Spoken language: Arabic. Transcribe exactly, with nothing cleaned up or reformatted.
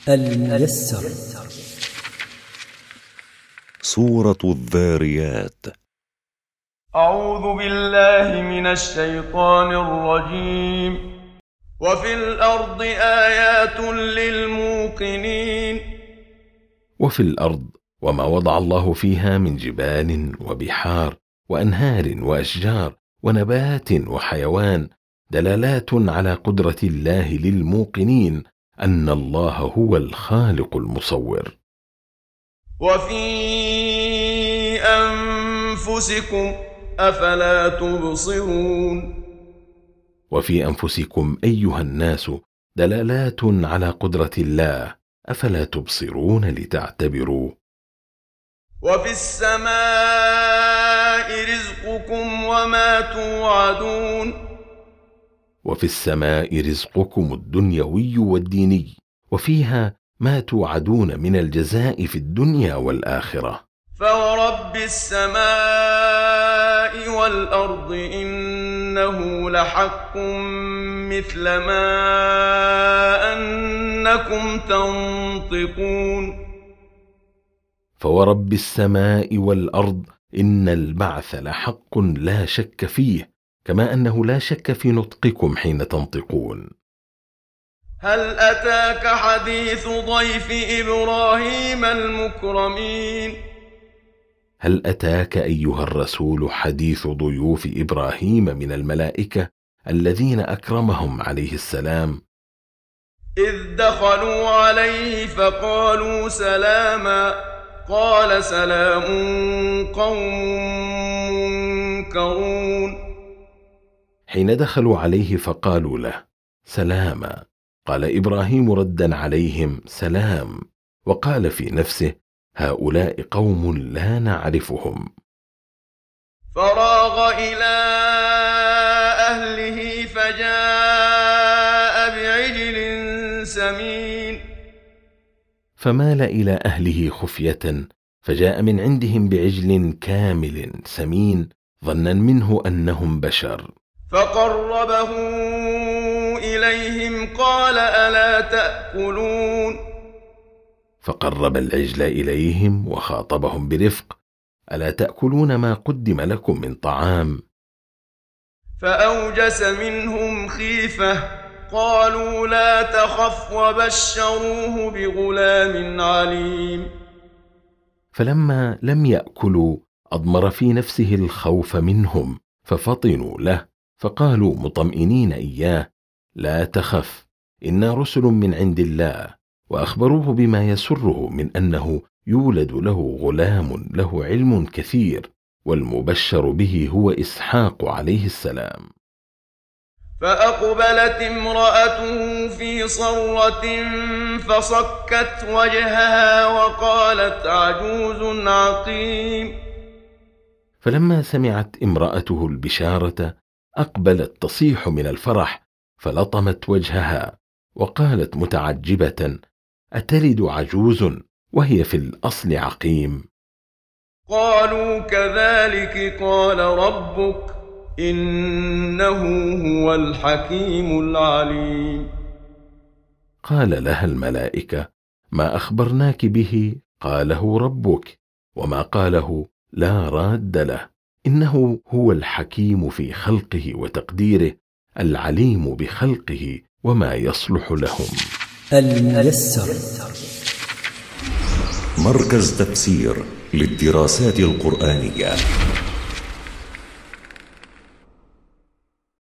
الميسر. سورة الذاريات. أعوذ بالله من الشيطان الرجيم. وفي الأرض آيات للموقنين. وفي الأرض وما وضع الله فيها من جبال وبحار وأنهار وأشجار ونبات وحيوان دلالات على قدرة الله للموقنين أن الله هو الخالق المصور. وفي أنفسكم أفلا تبصرون. وفي أنفسكم أيها الناس دلالات على قدرة الله أفلا تبصرون لتعتبروا. وفي السماء رزقكم وما توعدون. وفي السماء رزقكم الدنيوي والديني وفيها ما توعدون من الجزاء في الدنيا والآخرة. فورب السماء والأرض إنه لحق مثل ما أنكم تنطقون. فورب السماء والأرض إن البعث لحق لا شك فيه كما أنه لا شك في نطقكم حين تنطقون. هل أتاك حديث ضيف إبراهيم المكرمين. هل أتاك أيها الرسول حديث ضيوف إبراهيم من الملائكة الذين أكرمهم عليه السلام؟ إذ دخلوا عليه فقالوا سلاما قال سلام قوم منكرون. حين دخلوا عليه فقالوا له سلاما قال إبراهيم ردا عليهم سلام، وقال في نفسه هؤلاء قوم لا نعرفهم. فراغ إلى أهله فجاء بعجل سمين. فمال إلى أهله خفية فجاء من عندهم بعجل كامل سمين ظنا منه أنهم بشر. فقربه إليهم قال ألا تأكلون. فقرب العجل إليهم وخاطبهم برفق ألا تأكلون ما قدم لكم من طعام؟ فأوجس منهم خيفة قالوا لا تخف وبشروه بغلام عليم. فلما لم يأكلوا أضمر في نفسه الخوف منهم ففطنوا له فقالوا مطمئنين إياه لا تخف إنا رسل من عند الله، وأخبروه بما يسره من أنه يولد له غلام له علم كثير والمبشر به هو إسحاق عليه السلام. فأقبلت امرأته في صرة فصكت وجهها وقالت عجوز عقيم. فلما سمعت امرأته البشارة أقبلت تصيح من الفرح فلطمت وجهها وقالت متعجبة أتلد عجوز وهي في الأصل عقيم؟ قالوا كذلك قال ربك إنه هو الحكيم العليم. قال لها الملائكة ما أخبرناك به قاله ربك، وما قاله لا راد له، إنه هو الحكيم في خلقه وتقديره العليم بخلقه وما يصلح لهم. الميسر. مركز تفسير للدراسات القرآنية.